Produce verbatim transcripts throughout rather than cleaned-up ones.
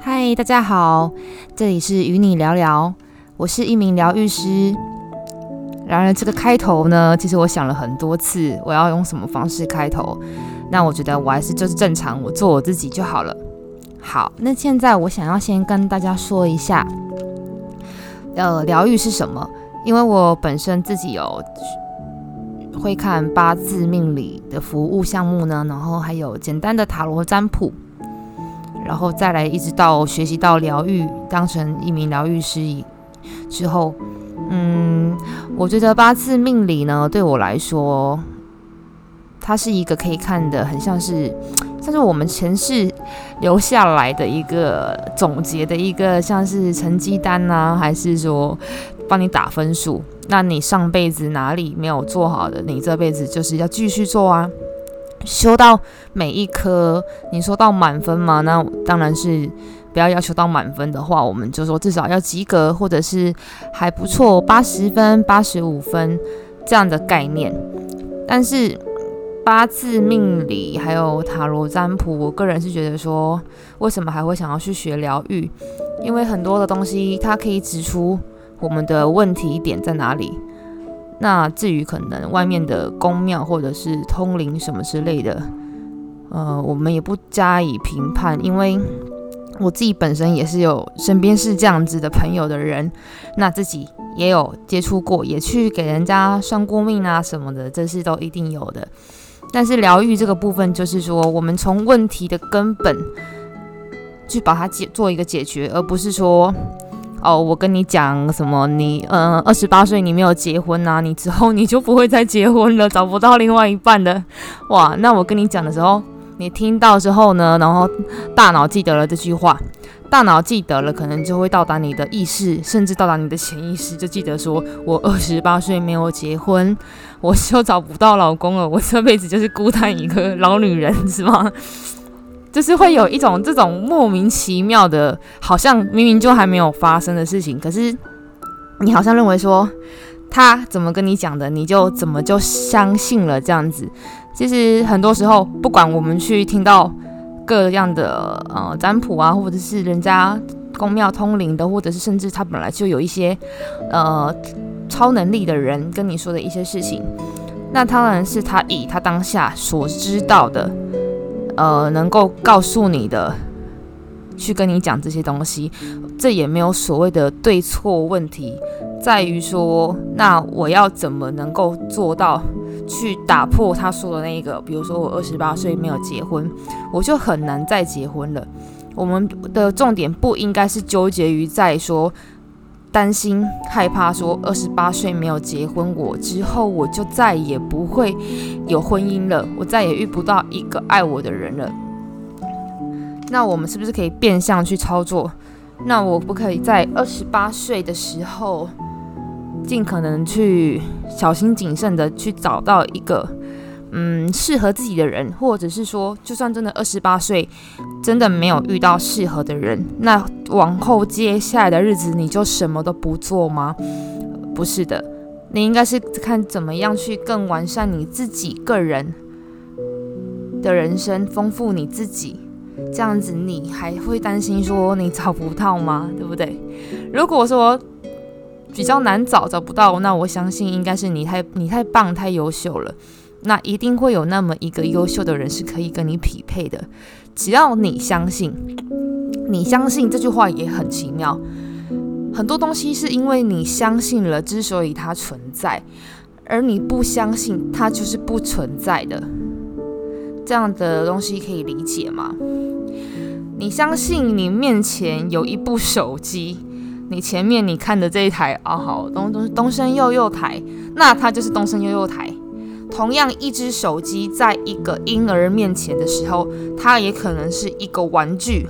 嗨，大家好，这里是与你聊聊，我是一名疗愈师。然而这个开头呢，其实我想了很多次，我要用什么方式开头。那我觉得我还是就是正常，我做我自己就好了。好，那现在我想要先跟大家说一下，呃，疗愈是什么？因为我本身自己有会看八字命理的服务项目呢，然后还有简单的塔罗占卜。然后再来一直到学习到疗愈，当成一名疗愈师之后，嗯，我觉得八字命理呢，对我来说，它是一个可以看的，很像是像是我们前世留下来的一个总结的一个，像是成绩单啊，还是说帮你打分数？那你上辈子哪里没有做好的，你这辈子就是要继续做啊。修到每一科，你说到满分吗？那当然是不要要求到满分的话，我们就说至少要及格，或者是还不错，八十分、八十五分这样的概念。但是八字命理还有塔罗占卜，我个人是觉得说，为什么还会想要去学疗愈？因为很多的东西它可以指出我们的问题点在哪里。那至于可能外面的宫庙或者是通灵什么之类的，呃，我们也不加以评判，因为我自己本身也是有身边是这样子的朋友的人，那自己也有接触过，也去给人家算过命啊什么的，这是都一定有的。但是疗愈这个部分，就是说我们从问题的根本去把它解做一个解决，而不是说。哦，我跟你讲什么？你呃，二十八岁你没有结婚啊，你之后你就不会再结婚了，找不到另外一半的。哇，那我跟你讲的时候，你听到之后呢，然后大脑记得了这句话，大脑记得了，可能就会到达你的意识，甚至到达你的潜意识，就记得说我二十八岁没有结婚，我就找不到老公了，我这辈子就是孤单一个老女人，是吗？就是会有一种这种莫名其妙的，好像明明就还没有发生的事情，可是你好像认为说他怎么跟你讲的，你就怎么就相信了这样子。其实很多时候，不管我们去听到各样的呃占卜啊，或者是人家宫庙通灵的，或者是甚至他本来就有一些呃超能力的人跟你说的一些事情，那当然是他以他当下所知道的。呃，能够告诉你的，去跟你讲这些东西，这也没有所谓的对错问题，在于说，那我要怎么能够做到去打破他说的那个，比如说我二十八岁没有结婚，我就很难再结婚了。我们的重点不应该是纠结于在说。担心害怕说二十八岁没有结婚，我之后我就再也不会有婚姻了，我再也遇不到一个爱我的人了。那我们是不是可以变相去操作？那我不可以在二十八岁的时候尽可能去小心谨慎的去找到一个嗯适合自己的人，或者是说就算真的二十八岁真的没有遇到适合的人，那往后接下来的日子你就什么都不做吗？不是的，你应该是看怎么样去更完善你自己个人的人生，丰富你自己，这样子你还会担心说你找不到吗？对不对？如果说比较难找找不到，那我相信应该是你太你太棒太优秀了，那一定会有那么一个优秀的人是可以跟你匹配的。只要你相信，你相信这句话也很奇妙。很多东西是因为你相信了，之所以它存在，而你不相信，它就是不存在的。这样的东西可以理解吗？你相信你面前有一部手机，你前面你看的这一台啊、哦，好东东东升幼幼台，那它就是东升幼幼台。同样一只手机在一个婴儿面前的时候，它也可能是一个玩具。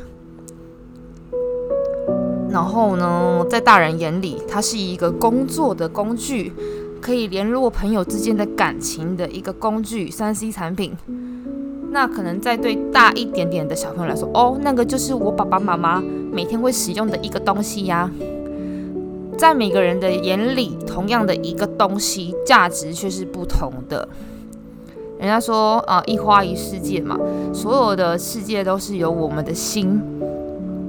然后呢，在大人眼里，它是一个工作的工具，可以联络朋友之间的感情的一个工具，三 C 产品。那可能在对大一点点的小朋友来说，哦，那个就是我爸爸妈妈每天会使用的一个东西呀。在每个人的眼里，同样的一个东西，价值却是不同的。人家说啊、呃，一花一世界嘛，所有的世界都是由我们的心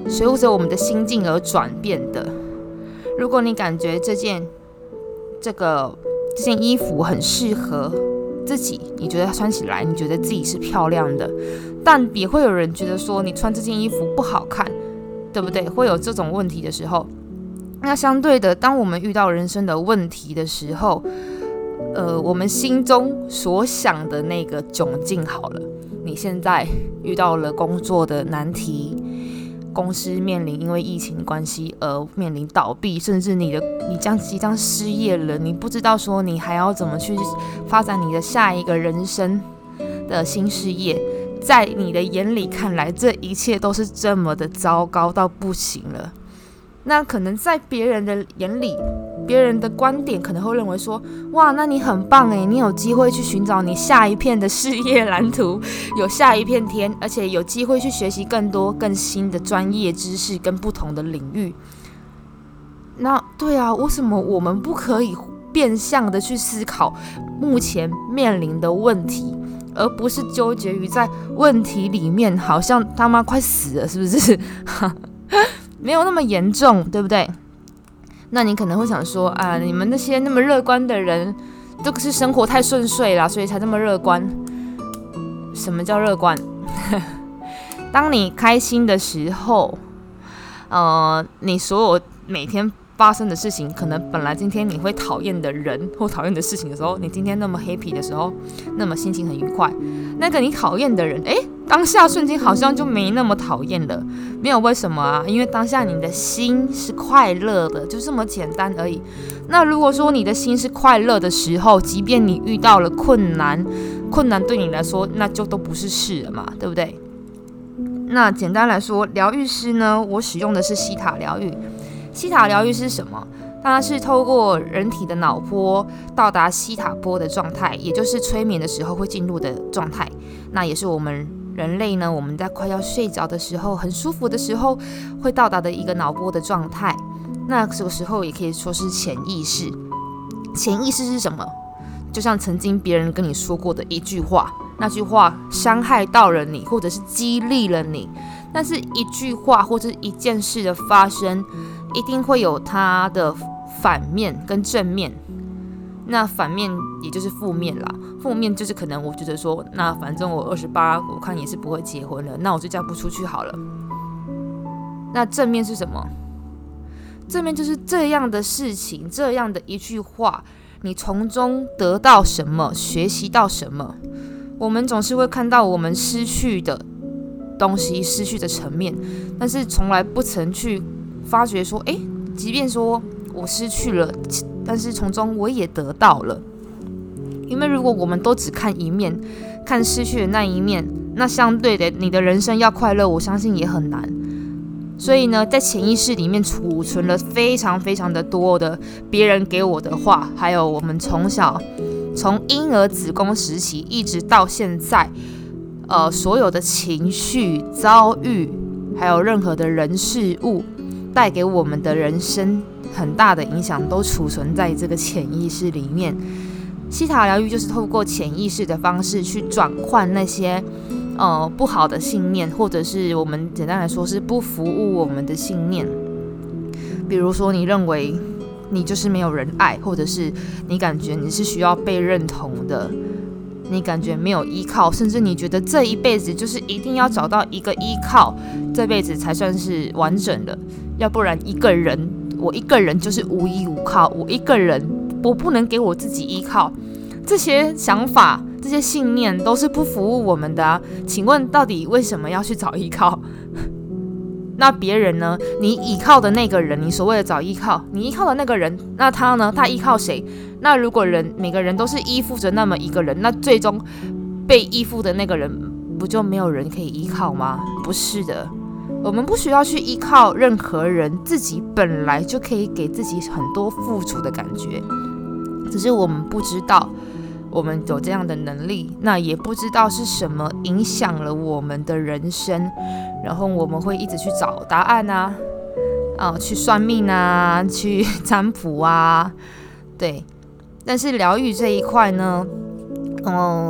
随着我们的心境而转变的。如果你感觉这件这个这件衣服很适合自己，你觉得穿起来你觉得自己是漂亮的，但也会有人觉得说你穿这件衣服不好看，对不对？会有这种问题的时候，那相对的，当我们遇到人生的问题的时候，呃，我们心中所想的那个窘境好了，你现在遇到了工作的难题，公司面临因为疫情关系而面临倒闭，甚至你的你将即将失业了，你不知道说你还要怎么去发展你的下一个人生的新事业，在你的眼里看来，这一切都是这么的糟糕到不行了。那可能在别人的眼里，别人的观点可能会认为说，哇，那你很棒耶，你有机会去寻找你下一片的事业蓝图，有下一片天，而且有机会去学习更多更新的专业知识跟不同的领域。那对啊，为什么我们不可以变相的去思考目前面临的问题，而不是纠结于在问题里面，好像他妈快死了，是不是？没有那么严重，对不对？那你可能会想说啊，你们那些那么乐观的人，都是生活太顺遂啦，所以才这么乐观。什么叫乐观？当你开心的时候，呃，你所有每天发生的事情，可能本来今天你会讨厌的人或讨厌的事情的时候，你今天那么 happy 的时候，那么心情很愉快，那个你讨厌的人，诶，当下瞬间好像就没那么讨厌了。没有为什么啊？因为当下你的心是快乐的，就这么简单而已。那如果说你的心是快乐的时候，即便你遇到了困难，困难对你来说那就都不是事了嘛，对不对？那简单来说，疗愈师呢，我使用的是西塔疗愈。西塔疗愈是什么？它是透过人体的脑波到达西塔波的状态，也就是催眠的时候会进入的状态。那也是我们人类呢，我们在快要睡着的时候，很舒服的时候，会到达的一个脑波的状态。那这个时候也可以说是潜意识。潜意识是什么？就像曾经别人跟你说过的一句话，那句话伤害到了你，或者是激励了你。但是一句话或者一件事的发生，一定会有它的反面跟正面。那反面也就是负面啦，负面就是可能我觉得说，那反正我二十八，我看也是不会结婚了，那我就嫁不出去好了。那正面是什么？正面就是这样的事情，这样的一句话，你从中得到什么，学习到什么。我们总是会看到我们失去的东西，失去的层面，但是从来不曾去发觉说，诶，即便说我失去了，但是从中我也得到了。因为如果我们都只看一面，看失去的那一面，那相对的你的人生要快乐，我相信也很难。所以呢，在潜意识里面储存了非常非常的多的别人给我的话，还有我们从小从婴儿子宫时期一直到现在，呃，所有的情绪遭遇，还有任何的人事物带给我们的人生很大的影响，都储存在这个潜意识里面。西塔疗愈就是透过潜意识的方式去转换那些呃不好的信念，或者是我们简单来说是不服务我们的信念。比如说你认为你就是没有人爱，或者是你感觉你是需要被认同的，你感觉没有依靠，甚至你觉得这一辈子就是一定要找到一个依靠，这辈子才算是完整的，要不然一个人我一个人就是无依无靠，我一个人我不能给我自己依靠。这些想法这些信念都是不服务我们的啊，请问到底为什么要去找依靠？那别人呢？你依靠的那个人，你所谓的找依靠，你依靠的那个人，那他呢？他依靠谁？那如果人每个人都是依附着那么一个人，那最终被依附的那个人，不就没有人可以依靠吗？不是的，我们不需要去依靠任何人，自己本来就可以给自己很多付出的感觉，只是我们不知道我们有这样的能力，那也不知道是什么影响了我们的人生，然后我们会一直去找答案啊，啊，去算命啊，去占卜啊，对。但是疗愈这一块呢，嗯，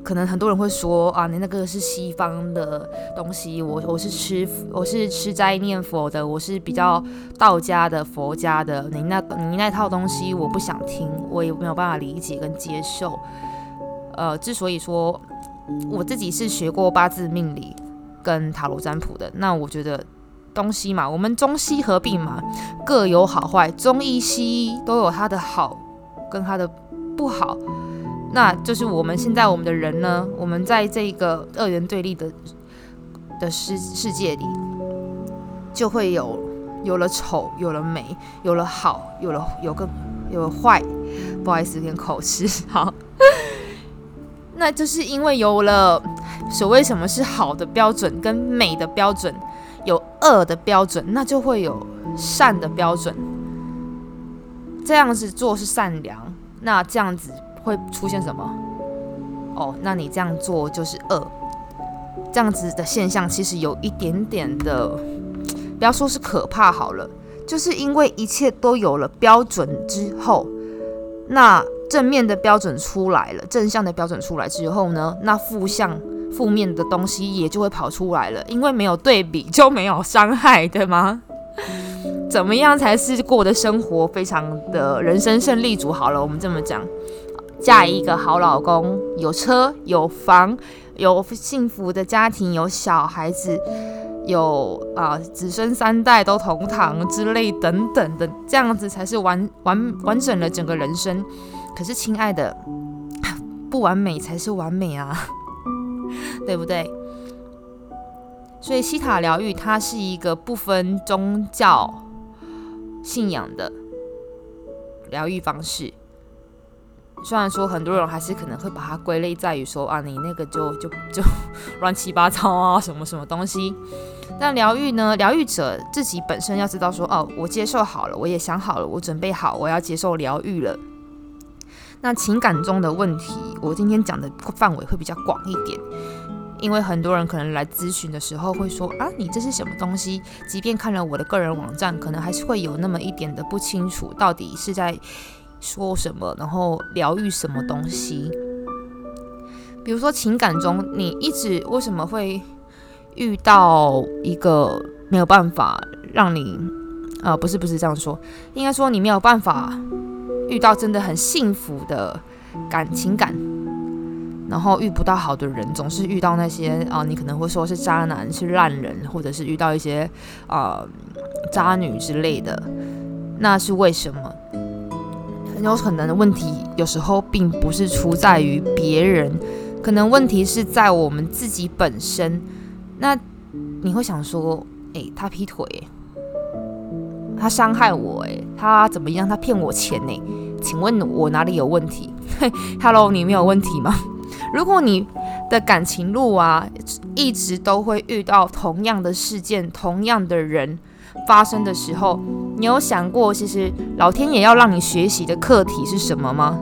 可能很多人会说啊，你那个是西方的东西，我我是吃我是吃斋念佛的，我是比较道家的佛家的，你那你那套东西我不想听，我也没有办法理解跟接受。呃，之所以说我自己是学过八字命理跟塔罗占卜的，那我觉得东西嘛，我们中西合并嘛，各有好坏，中医西医都有它的好跟它的不好。那就是我们现在我们的人呢，我们在这个二元对立的的世世界里，就会有有了丑，有了美，有了好，有了有个有了坏。不好意思，有点口吃。好，那就是因为有了所谓什么是好的标准跟美的标准，有恶的标准，那就会有善的标准。这样子做是善良，那这样子会出现什么？哦，那你这样做就是恶。这样子的现象其实有一点点的，不要说是可怕好了，就是因为一切都有了标准之后，那正面的标准出来了，正向的标准出来之后呢，那负向负面的东西也就会跑出来了，因为没有对比就没有伤害，对吗？怎么样才是过的生活非常的人生胜利组？好了，我们这么讲，嫁一个好老公，有车有房，有幸福的家庭，有小孩子，有啊、呃、子孙三代都同堂之类等等的，这样子才是完完完整了整个人生。可是亲爱的，不完美才是完美啊，对不对？所以西塔疗愈它是一个不分宗教信仰的疗愈方式。虽然说很多人还是可能会把它归类在于说啊，你那个就就就乱七八糟啊，什么什么东西。但疗愈呢，疗愈者自己本身要知道说，哦，我接受好了，我也想好了，我准备好，我要接受疗愈了。那情感中的问题，我今天讲的范围会比较广一点。因为很多人可能来咨询的时候会说啊，你这是什么东西？即便看了我的个人网站，可能还是会有那么一点的不清楚，到底是在说什么，然后疗愈什么东西。比如说情感中，你一直为什么会遇到一个没有办法让你，呃，不是不是这样说，应该说你没有办法遇到真的很幸福的感情感。然后遇不到好的人，总是遇到那些啊、呃，你可能会说是渣男、是烂人，或者是遇到一些啊、呃、渣女之类的，那是为什么？很有可能的问题，有时候并不是出在于别人，可能问题是在我们自己本身。那你会想说，哎、欸，他劈腿、欸，他伤害我、欸，他怎么样？他骗我钱呢、欸？请问我哪里有问题？Hello， 你没有问题吗？如果你的感情路啊，一直都会遇到同样的事件、同样的人发生的时候，你有想过，其实老天爷要让你学习的课题是什么吗？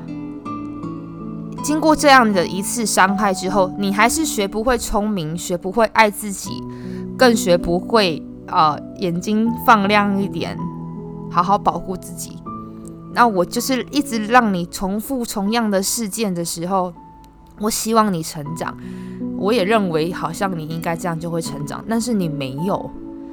经过这样的一次伤害之后，你还是学不会聪明，学不会爱自己，更学不会呃眼睛放亮一点，好好保护自己。那我就是一直让你重复同样的事件的时候，我希望你成长，我也认为好像你应该这样就会成长，但是你没有，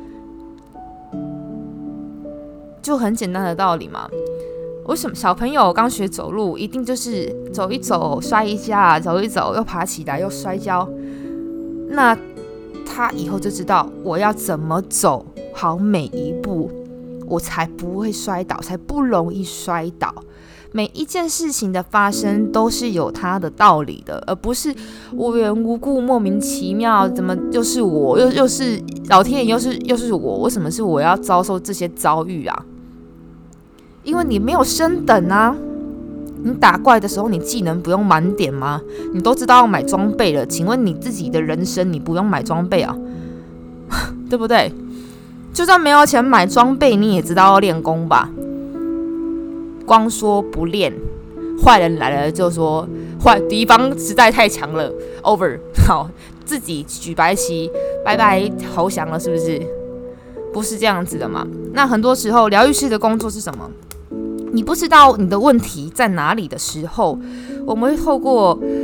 就很简单的道理嘛。为什么小朋友刚学走路，一定就是走一走摔一下，走一走又爬起来又摔跤，那他以后就知道我要怎么走好每一步，我才不会摔倒，才不容易摔倒。每一件事情的发生都是有它的道理的，而不是无缘无故莫名其妙，怎么又是我，又又是老天爷，又是又是我，为什么是我要遭受这些遭遇啊？因为你没有升等啊！你打怪的时候，你技能不用满点吗？你都知道要买装备了，请问你自己的人生你不用买装备啊？对不对？就算没有钱买装备，你也知道要练功吧？光说不练，坏人来了就说坏敌方实在太强了 ，over， 好，自己举白旗，拜拜投降了，是不是？不是这样子的嘛？那很多时候，疗愈师的工作是什么？你不知道你的问题在哪里的时候，我们会透过你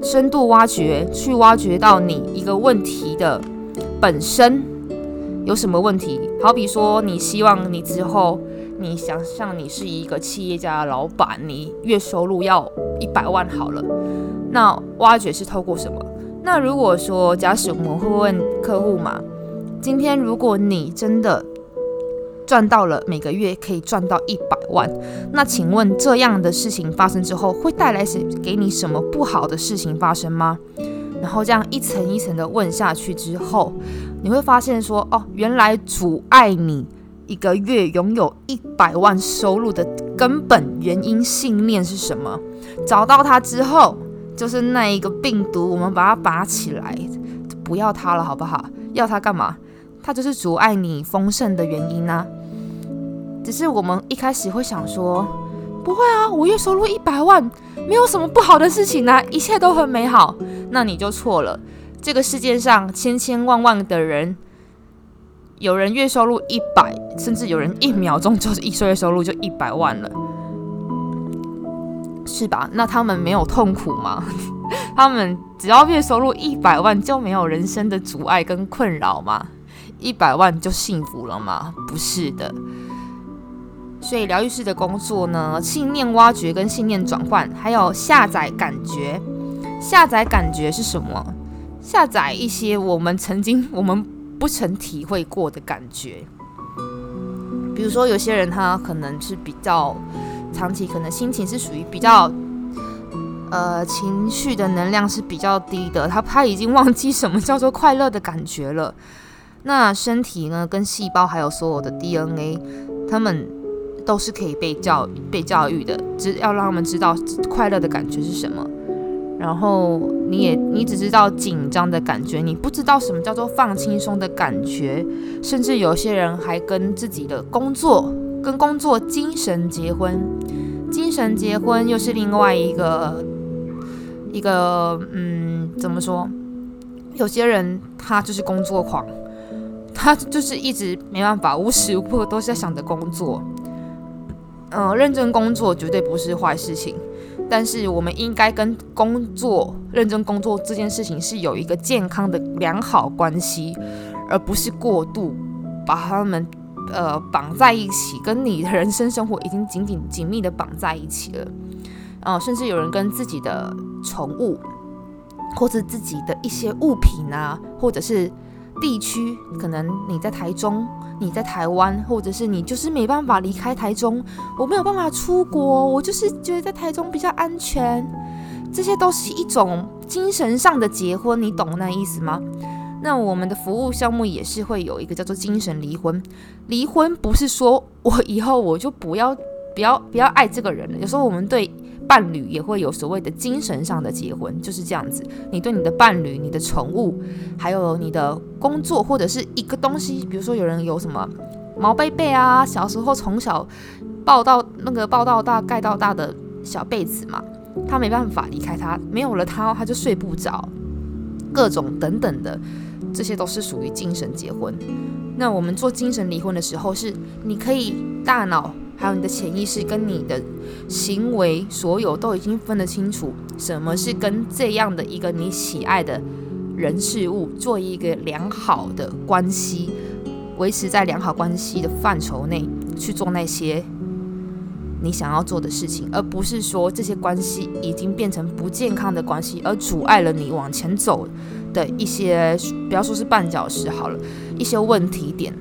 深度挖掘，去挖掘到你一个问题的本身有什么问题。好比说，你希望你之后，你想象你是一个企业家的老板，你月收入要一百万好了，那挖掘是透过什么？那如果说，假使我们会问客户嘛，今天如果你真的赚到了每个月可以赚到一百万，那请问这样的事情发生之后，会带来给你什么不好的事情发生吗？然后这样一层一层的问下去之后，你会发现说，哦，原来阻碍你一个月拥有一百万收入的根本原因信念是什么？找到它之后，就是那一个病毒，我们把它拔起来，不要它了，好不好？要它干嘛？它就是阻碍你丰盛的原因啊。只是我们一开始会想说，不会啊，我月收入一百万，没有什么不好的事情啊，一切都很美好。那你就错了。这个世界上千千万万的人，有人月收入一百，甚至有人一秒钟就是一月收入就一百万了，是吧？那他们没有痛苦吗？他们只要月收入一百万就没有人生的阻碍跟困扰吗？一百万就幸福了吗？不是的。所以疗愈师的工作呢，信念挖掘跟信念转换，还有下载感觉。下载感觉是什么？下载一些我们曾经我们不曾体会过的感觉。比如说有些人他可能是比较长期，可能心情是属于比较呃情绪的能量是比较低的，他他已经忘记什么叫做快乐的感觉了。那身体呢，跟细胞还有所有的 D N A， 他们都是可以被教被教育的，只要让他们知道快乐的感觉是什么。然后你也你只知道紧张的感觉，你不知道什么叫做放轻松的感觉。甚至有些人还跟自己的工作跟工作精神结婚，精神结婚又是另外一个一个嗯怎么说？有些人他就是工作狂。他就是一直没办法，无时无刻都是在想着工作。呃，认真工作绝对不是坏事情，但是我们应该跟工作、认真工作这件事情是有一个健康的良好关系，而不是过度把他们呃绑在一起，跟你的人生生活已经紧紧紧密的绑在一起了。呃，甚至有人跟自己的宠物，或者自己的一些物品啊，或者是地区，可能你在台中，你在台湾，或者是你就是没办法离开台中，我没有办法出国，我就是觉得在台中比较安全，这些都是一种精神上的结婚，你懂那意思吗？那我们的服务项目也是会有一个叫做精神离婚。离婚不是说我以后我就不要不要不要爱这个人了，有时候我们对伴侣也会有所谓的精神上的结婚，就是这样子。你对你的伴侣、你的宠物，还有你的工作，或者是一个东西，比如说有人有什么毛贝贝啊，小时候从小抱到那个抱到大、盖到大的小被子嘛，他没办法离开他，没有了他，他就睡不着，各种等等的，这些都是属于精神结婚。那我们做精神离婚的时候，是你可以大脑还有你的潜意识跟你的行为，所有都已经分得清楚，什么是跟这样的一个你喜爱的人事物做一个良好的关系，维持在良好关系的范畴内去做那些你想要做的事情，而不是说这些关系已经变成不健康的关系，而阻碍了你往前走的一些，不要说是绊脚石好了，一些问题点。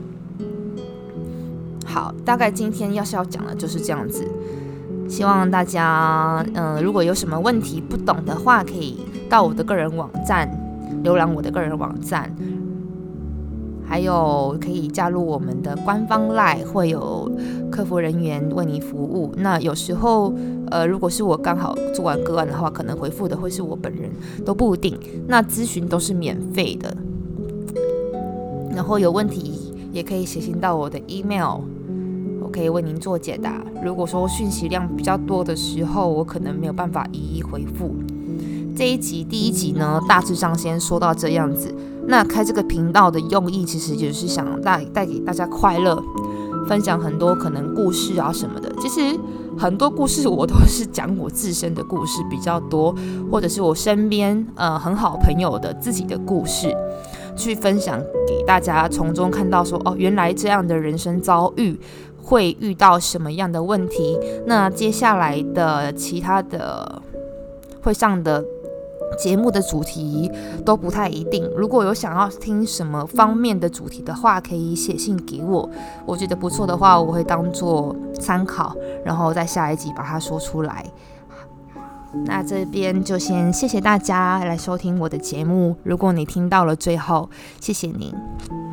好，大概今天要是要讲的就是这样子。希望大家，嗯、呃，如果有什么问题不懂的话，可以到我的个人网站浏览我的个人网站，还有可以加入我们的官方 LINE， 会有客服人员为你服务。那有时候，呃，如果是我刚好做完个案的话，可能回复的会是我本人，都不一定。那咨询都是免费的，然后有问题也可以写信到我的 email。可以为您做解答。如果说讯息量比较多的时候，我可能没有办法一一回复。这一集第一集呢，大致上先说到这样子。那开这个频道的用意，其实就是想带带给大家快乐，分享很多可能故事啊什么的。其实很多故事我都是讲我自身的故事比较多，或者是我身边呃很好朋友的自己的故事，去分享给大家，从中看到说哦，原来这样的人生遭遇会遇到什么样的问题。那接下来的其他的会上的节目的主题都不太一定，如果有想要听什么方面的主题的话，可以写信给我，我觉得不错的话，我会当做参考，然后在下一集把它说出来。那这边就先谢谢大家来收听我的节目，如果你听到了最后，谢谢你。